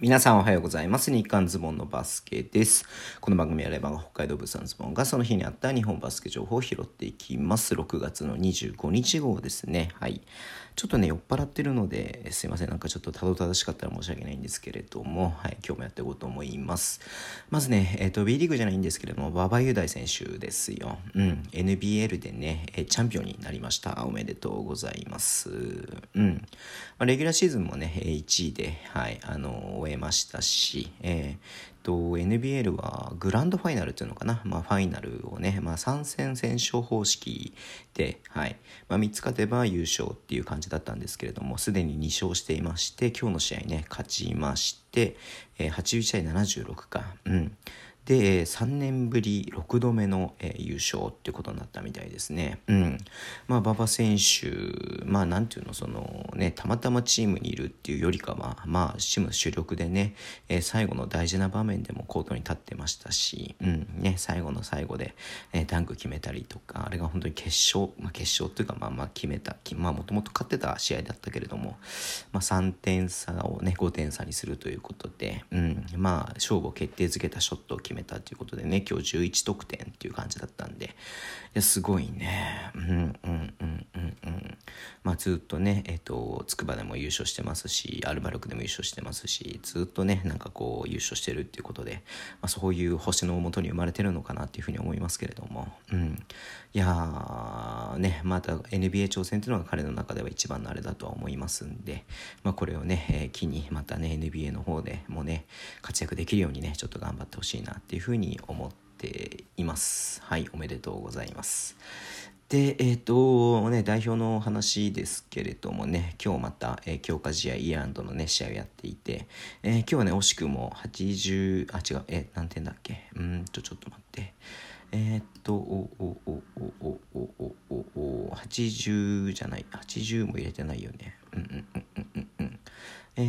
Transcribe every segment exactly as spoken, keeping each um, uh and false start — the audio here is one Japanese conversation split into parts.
皆さんおはようございます。日刊ズボンのバスケです。この番組はレバンが北海道物産ズボンがその日にあった日本バスケ情報を拾っていきます。ろくがつのにじゅうごにち号ですね。はい。ちょっとね、酔っ払ってるので、すいません。なんかちょっとたどたどしかったら申し訳ないんですけれども、はい。今日もやっていこうと思います。まずね、えっと、B リーグじゃないんですけれども、馬場雄大選手ですよ。うん。エヌビーエル でね、チャンピオンになりました。おめでとうございます。うん。まあ、レギュラーシーズンもね、いちいで、はい、あの、終えましたし、えーと エヌビーエル はグランドファイナルっていうのかな、まあ、ファイナルをね、まあ、さん戦先勝方式で、はいまあ、みっつ勝てば優勝っていう感じだったんですけれども、すでにに勝していまして、今日の試合ね勝ちまして、えー、はちじゅういちたいななじゅうろくか、うんでさんねんぶりろくどめの、えー、優勝っていうことになったみたいですね。うん。まあ馬場選手、まあなんていうのそのねたまたまチームにいるっていうよりかはまあチーム主力でね、えー、最後の大事な場面でもコートに立ってましたし、うんね最後の最後で、えー、ダンク決めたりとか、あれが本当に決勝、まあ決勝っていうかまあまあ決めた、まあもともと勝ってた試合だったけれども、まあさんてん差をねごてん差にするということで、うんまあ勝負を決定づけたショットを決めたということでね、今日じゅういち得点っていう感じだったんで、いやすごいね。うんうんうんうんうんまあずっとねえっと筑波でも優勝してますし、アルバルクでも優勝してますし、ずっとねなんかこう優勝してるっていうことで、まあ、そういう星のもとに生まれてるのかなっていうふうに思いますけれども、うんいやーねまた エヌビーエー 挑戦っていうのが彼の中では一番のあれだとは思いますんで、まあこれをね、えー、機にまたね エヌビーエー の方でもね活躍できるようにねちょっと頑張ってほしいなっていうふうに思っています。はい、おめでとうございます。で、えっ、ー、とね、代表の話ですけれどもね、今日また、えー、強化試合、イランドのね、試合をやっていて、えー、今日はね、惜しくもはちじゅう、あ、違う、えー、何点だっけうーんと、ちょっと待って。えー、っと、お、お、お、お、お、お、お、お、お、はちじゅうじゃない、はちじゅうも入れてないよね。うんうんうんうんうんうん。え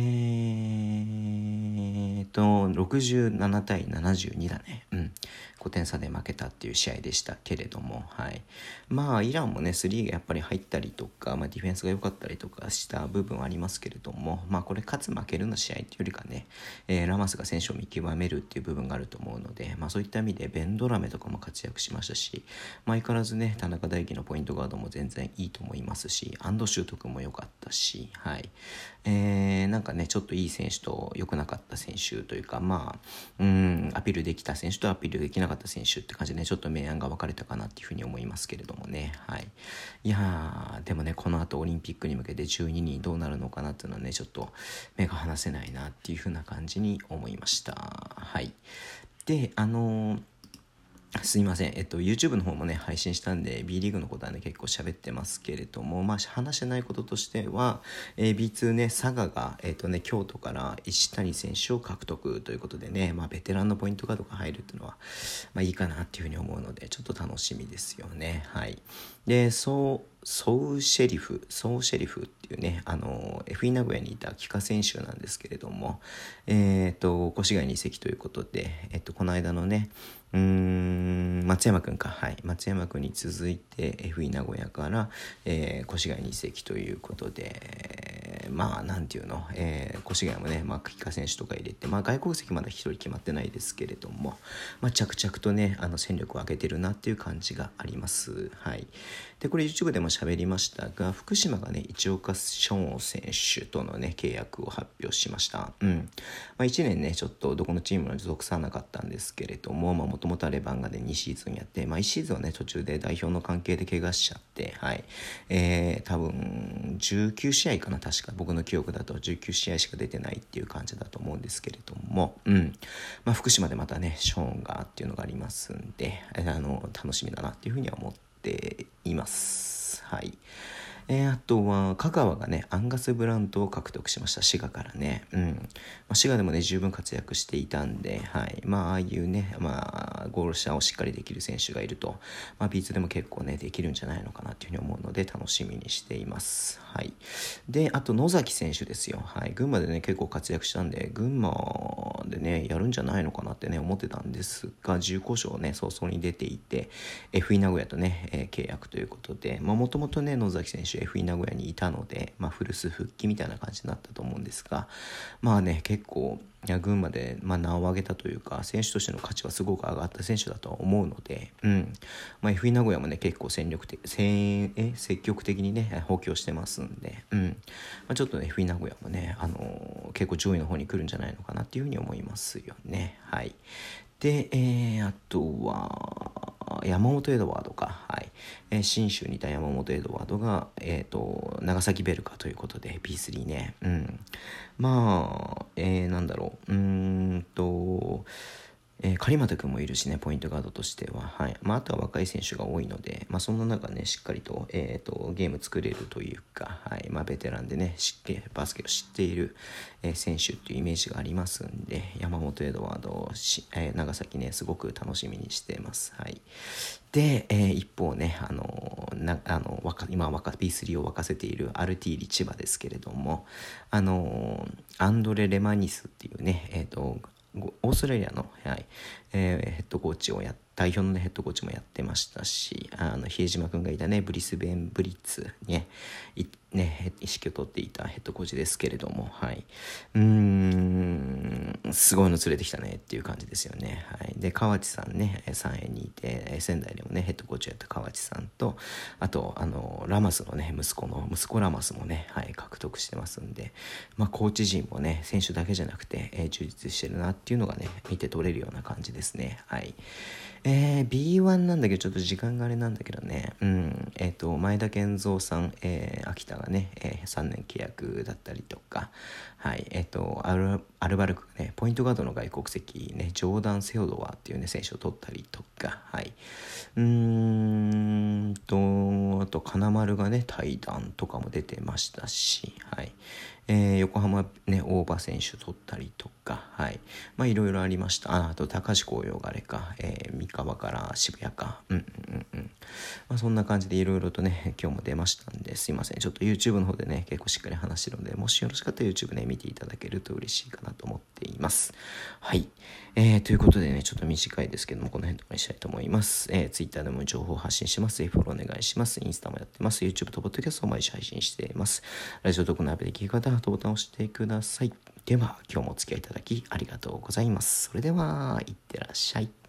ーと、ろくじゅうななたいななじゅうにだね。うん。ごてん差で負けたっていう試合でしたけれども、はい。まあ、イランもね、スリーがやっぱり入ったりとか、まあ、ディフェンスが良かったりとかした部分はありますけれども、まあ、これ勝つ負けるの試合っていうよりかね、えー、ラマスが選手を見極めるっていう部分があると思うので、まあ、そういった意味でベンドラメとかも活躍しましたし、まあ、相変わらずね、田中大輝のポイントガードも全然いいと思いますし、アンドシュート君も良かったし、はい。えー、なんかね、ちょっといい選手と良くなかった選手というか、まあ、うん、アピールできた選手とアピールできなかった選手って感じで、ね、ちょっと明暗が分かれたかなっていうふうに思いますけれどもね。はい。いやー、でもね、この後オリンピックに向けてじゅうににんどうなるのかなっていうのはね、ちょっと目が離せないなっていうふうな感じに思いました。はい。で、あのーすいません、えっと、YouTube の方もね、配信したんで、B リーグのことはね、結構喋ってますけれども、まあ、話してないこととしては、えー、ビーツー ね、佐賀が、えっとね、京都から石谷選手を獲得ということでね、まあ、ベテランのポイントガードが入るっていうのは、まあ、いいかなっていうふうに思うので、ちょっと楽しみですよね。はい。で、そう、ソウシェリフ、ソウシェリフっていうね、あの、エフイー 名古屋にいた帰化選手なんですけれども、えっと、越谷に移籍ということで、えっと、この間のね、うーん松山君か、はい、松山君に続いて エフイー 名古屋から、えー、越谷に移籍ということで、まあなんていうの、えー、越谷もね、まあ、帰化選手とか入れて、まあ、外国籍まだ一人決まってないですけれども、まあ、着々とねあの戦力を上げてるなっていう感じがあります。はい。でこれ YouTube でも喋りましたが、福島がね市岡翔選手とのね契約を発表しました。うん。まあ、いちねんねちょっとどこのチームも属さなかったんですけれども、まあもともとはレバンガでにシーズンやって、まあ、いちシーズンはね途中で代表の関係で怪我しちゃって、はい、えー、多分じゅうきゅうしあいかな、確か僕の記憶だとじゅうきゅうしあいしか出てないっていう感じだと思うんですけれども、うん、まあ福島でまたねショーンがっていうのがありますんで、あの楽しみだなっていうふうには思っています。はい。えー、あとは香川がねアンガス・ブラントを獲得しました。滋賀からね、うんまあ、滋賀でもね十分活躍していたんで、はい、まあああいうね、まあ、ゴール下をしっかりできる選手がいると、まあ、ビーツでも結構ねできるんじゃないのかなというふうに思うので楽しみにしています。はい。であと野崎選手ですよ。はい。群馬でね結構活躍したんで、群馬でねやるんじゃないのかなってね思ってたんですが、重厚賞ね早々に出ていて エフイー 名古屋とね、えー、契約ということで、もともとね野崎選手手 エフイー 名古屋にいたので、まあ、古巣復帰みたいな感じになったと思うんですが、まあね結構いや群馬で、まあ、名を上げたというか選手としての価値はすごく上がった選手だとは思うので、うんまあ、エフイー 名古屋もね結構戦力的戦え積極的にね補強してますんで、うんまあ、ちょっとね エフイー 名古屋もね、あのー、結構上位の方に来るんじゃないのかなっていうふうに思いますよね。はいで、えー、あとは山本エドワードか、はいえー、信州にいた山本エドワードが、えー、と長崎ベルカということで ビースリー ね、うん、まあ、えー、なんだろううーんとえー、狩俣君もいるしねポイントガードとしては、はいまあ、あとは若い選手が多いので、まあ、そんな中ねしっかりと、えー、とゲーム作れるというか、はいまあ、ベテランでねしっけバスケを知っている、えー、選手っていうイメージがありますんで山本エドワードし、えー、長崎ねすごく楽しみにしています。はいで、えー、一方ね、あのなあの若今若 ビースリー を沸かせているアルティーリ千葉ですけれども、あのアンドレ・レマニスっていうね、えーとオーストラリアの、はいえー、ヘッドコーチをや代表の、ね、ヘッドコーチもやってましたし、あの比江島君がいたねブリスベンブリッツに、ねいね、意識を取っていたヘッドコーチですけれども、はい、うーんすごいの連れてきたねっていう感じですよね。はい、で川内さんね三重にいて仙台でもねヘッドコーチをやった川内さんとあとあのラマスのね息子の息子ラマスもね、はい、獲得してますんで、まあ、コーチ陣もね選手だけじゃなくて、えー、充実してるなっていうのがね見て取れるような感じですね。はいえー、ビーワン なんだけどちょっと時間があれなんだけどね、うんえー、と前田健三さん、えー、秋田がね、えー、さんねん契約だったりとか、はいえー、とアルアルバルクがねポイントガードの外国籍ねジョーダン・セオドワーっていうね選手を取ったりとか、はいうーんとあと金丸がね対談とかも出てましたし、はいえー、横浜ね大場選手取ったりとか、はいまあいろいろありました。ああと高橋紅葉があれか、えー、三河から渋谷か、うんうんうんまあ、そんな感じでいろいろとね今日も出ましたんですいませんちょっと YouTube の方でね結構しっかり話してるのでもしよろしかったら YouTube ね見ていただけると嬉しいかなと思っています。はい、えー、ということでねちょっと短いですけどもこの辺とかにしたいと思います。えー、Twitter でも情報発信します。ぜひフォローお願いします。インスタもやってます。YouTube と Podcast を毎日配信しています。ラジオトークのアプリで聞き方はボタンを押してください。では今日もお付き合いいただきありがとうございます。それではいってらっしゃい。